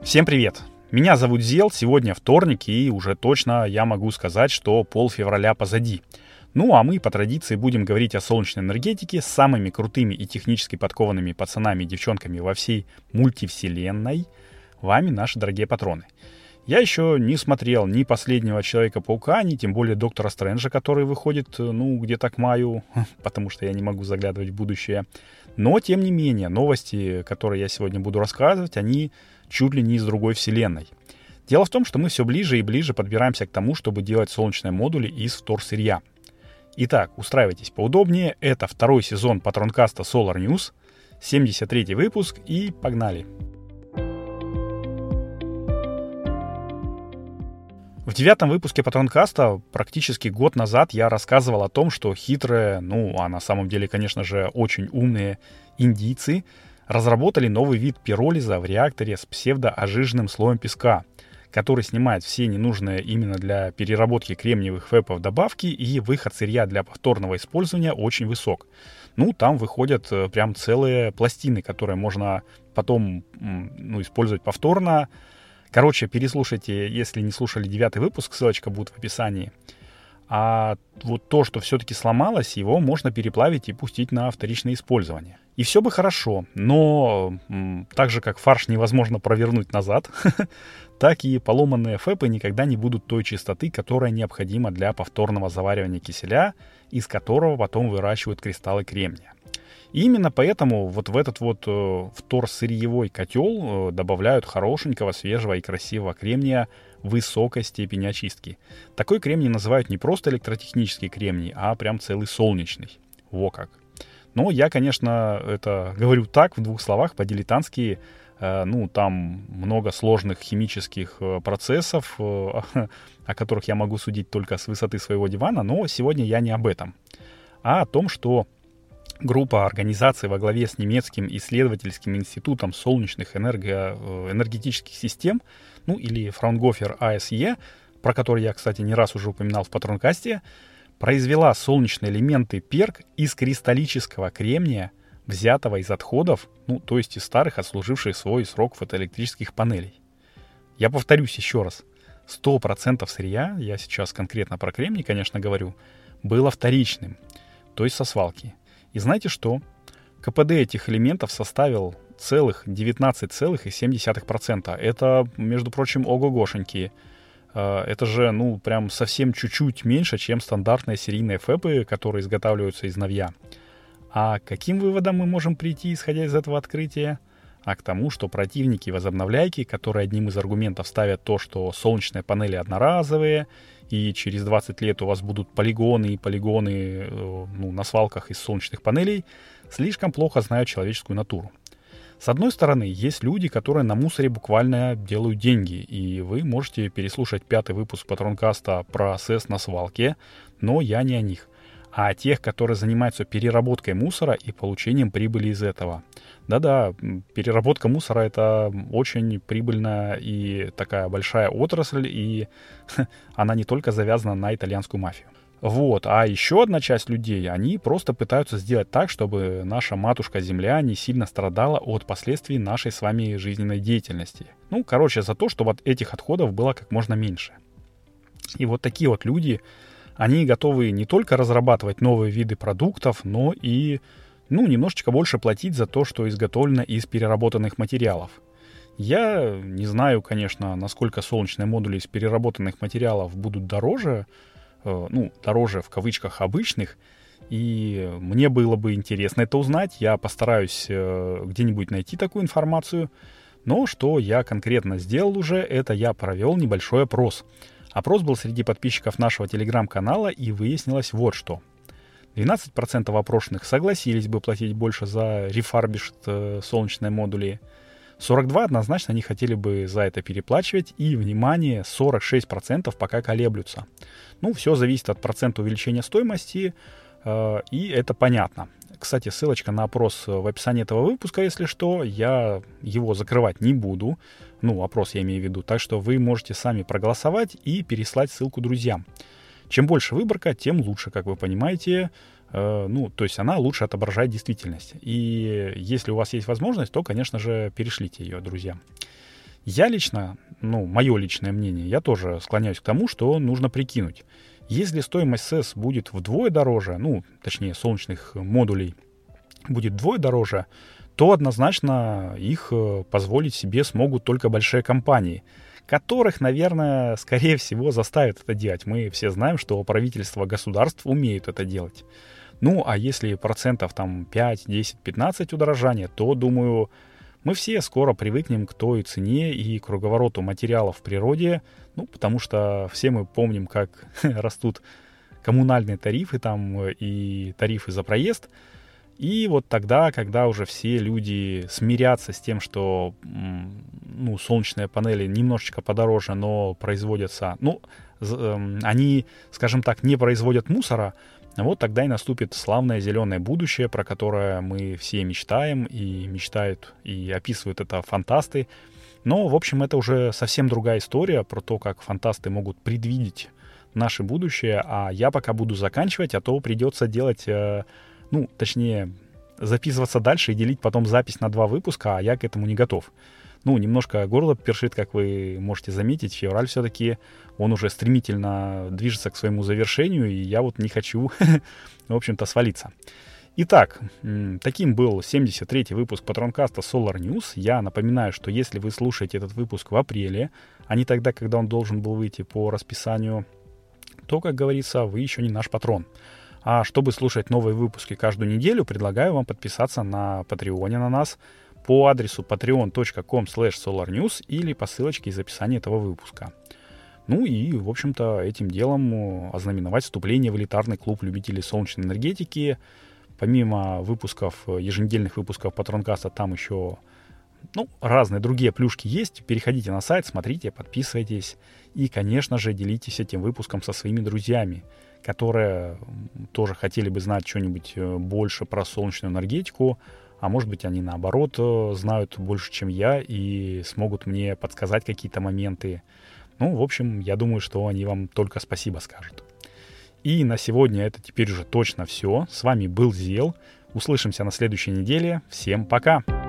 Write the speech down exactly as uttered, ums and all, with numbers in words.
Всем привет! Меня зовут Зел, сегодня вторник, и уже точно я могу сказать, что полфевраля позади. Ну а мы по традиции будем говорить о солнечной энергетике с самыми крутыми и технически подкованными пацанами и девчонками во всей мультивселенной. Вами наши дорогие патроны. Я еще не смотрел ни последнего Человека-паука, ни тем более Доктора Стрэнджа, который выходит, ну, где-то к маю, потому что я не могу заглядывать в будущее. Но, тем не менее, новости, которые я сегодня буду рассказывать, они чуть ли не из другой вселенной. Дело в том, что мы все ближе и ближе подбираемся к тому, чтобы делать солнечные модули из вторсырья. Итак, устраивайтесь поудобнее. Это второй сезон Патронкаста Solar News, семьдесят третий выпуск, и погнали! В девятом выпуске Патронкаста практически год назад я рассказывал о том, что хитрые, ну а на самом деле, конечно же, очень умные индийцы разработали новый вид пиролиза в реакторе с псевдоожиженным слоем песка, который снимает все ненужные именно для переработки кремниевых фэпов добавки, и выход сырья для повторного использования очень высок. Ну, там выходят прям целые пластины, которые можно потом ну, использовать повторно. Короче, переслушайте, если не слушали девятый выпуск, ссылочка будет в описании. А вот то, что все-таки сломалось, его можно переплавить и пустить на вторичное использование. И все бы хорошо, но м, так же, как фарш невозможно провернуть назад, так и поломанные фэпы никогда не будут той чистоты, которая необходима для повторного заваривания киселя, из которого потом выращивают кристаллы кремния. И именно поэтому вот в этот вот э, вторсырьевой котел э, добавляют хорошенького, свежего и красивого кремния высокой степени очистки. Такой кремний называют не просто электротехнический кремний, а прям целый солнечный. Во как. Но я, конечно, это говорю так, в двух словах, по-дилетантски. Э, ну, там много сложных химических э, процессов, э, о которых я могу судить только с высоты своего дивана, но сегодня я не об этом, а о том, что группа организаций во главе с немецким исследовательским институтом солнечных энерго, энергетических систем, ну или Fraunhofer а эс е, про который я, кстати, не раз уже упоминал в Патронкасте, произвела солнечные элементы перк из кристаллического кремния, взятого из отходов, ну то есть из старых, отслуживших свой срок фотоэлектрических панелей. Я повторюсь еще раз. сто процентов сырья, я сейчас конкретно про кремний, конечно, говорю, было вторичным, то есть со свалки. И знаете что? ка пэ дэ этих элементов составил целых девятнадцать целых семь десятых процента. Это, между прочим, ого-гошеньки. Это же, ну, прям совсем чуть-чуть меньше, чем стандартные серийные фэпы, которые изготавливаются из новья. А к каким выводам мы можем прийти, исходя из этого открытия? А к тому, что противники возобновляйки, которые одним из аргументов ставят то, что солнечные панели одноразовые, и через двадцать лет у вас будут полигоны и полигоны ну, на свалках из солнечных панелей, слишком плохо знают человеческую натуру. С одной стороны, есть люди, которые на мусоре буквально делают деньги, и вы можете переслушать пятый выпуск Патронкаста про СЭС на свалке, но я не о них, а о тех, которые занимаются переработкой мусора и получением прибыли из этого. Да-да, переработка мусора — это очень прибыльная и такая большая отрасль, и она не только завязана на итальянскую мафию. Вот, а еще одна часть людей, они просто пытаются сделать так, чтобы наша матушка-Земля не сильно страдала от последствий нашей с вами жизненной деятельности. Ну, короче, за то, чтобы от этих отходов было как можно меньше. И вот такие вот люди, они готовы не только разрабатывать новые виды продуктов, но и ну, немножечко больше платить за то, что изготовлено из переработанных материалов. Я не знаю, конечно, насколько солнечные модули из переработанных материалов будут дороже, э, ну, дороже в кавычках обычных, и мне было бы интересно это узнать. Я постараюсь э, где-нибудь найти такую информацию, но что я конкретно сделал уже, это я провел небольшой опрос. Опрос был среди подписчиков нашего телеграм-канала, и выяснилось вот что. двенадцать процентов опрошенных согласились бы платить больше за рефарбишт э, солнечные модули. сорок два процента однозначно не хотели бы за это переплачивать. И, внимание, сорок шесть процентов пока колеблются. Ну, все зависит от процента увеличения стоимости. Э, и это понятно. Кстати, ссылочка на опрос в описании этого выпуска, если что. Я его закрывать не буду. Ну, опрос я имею в виду. Так что вы можете сами проголосовать и переслать ссылку друзьям. Чем больше выборка, тем лучше, как вы понимаете. Э, ну, то есть она лучше отображает действительность. И если у вас есть возможность, то, конечно же, перешлите ее друзьям. Я лично, ну, мое личное мнение, я тоже склоняюсь к тому, что нужно прикинуть. Если стоимость СЭС будет вдвое дороже, ну, точнее, солнечных модулей будет вдвое дороже, то однозначно их позволить себе смогут только большие компании, которых, наверное, скорее всего заставят это делать. Мы все знаем, что правительства государств умеют это делать. Ну, а если процентов там пять, десять, пятнадцать удорожания, то, думаю, мы все скоро привыкнем к той цене и круговороту материалов в природе, ну, потому что все мы помним, как растут коммунальные тарифы там и тарифы за проезд. И вот тогда, когда уже все люди смирятся с тем, что ну, солнечные панели немножечко подороже, но производятся, ну, они, скажем так, не производят мусора, вот тогда и наступит славное зеленое будущее, про которое мы все мечтаем, и мечтают, и описывают это фантасты. Но, в общем, это уже совсем другая история про то, как фантасты могут предвидеть наше будущее, а я пока буду заканчивать, а то придется делать... Ну, точнее, записываться дальше и делить потом запись на два выпуска, а я к этому не готов. Ну, немножко горло першит, как вы можете заметить. Февраль все-таки, он уже стремительно движется к своему завершению, и я вот не хочу, в общем-то, свалиться. Итак, таким был семьдесят третий выпуск Патронкаста Solar News. Я напоминаю, что если вы слушаете этот выпуск в апреле, а не тогда, когда он должен был выйти по расписанию, то, как говорится, вы еще не наш патрон. А чтобы слушать новые выпуски каждую неделю, предлагаю вам подписаться на Патреоне на нас по адресу patreon точка com слэш solarnews или по ссылочке из описания этого выпуска. Ну и, в общем-то, этим делом ознаменовать вступление в элитарный клуб любителей солнечной энергетики. Помимо выпусков, еженедельных выпусков Патронкаста, там еще ну, разные другие плюшки есть. Переходите на сайт, смотрите, подписывайтесь. И, конечно же, делитесь этим выпуском со своими друзьями, которые тоже хотели бы знать что-нибудь больше про солнечную энергетику, а может быть, они наоборот знают больше, чем я, и смогут мне подсказать какие-то моменты. Ну, в общем, я думаю, что они вам только спасибо скажут. И на сегодня это теперь уже точно все. С вами был Зел. Услышимся на следующей неделе. Всем пока!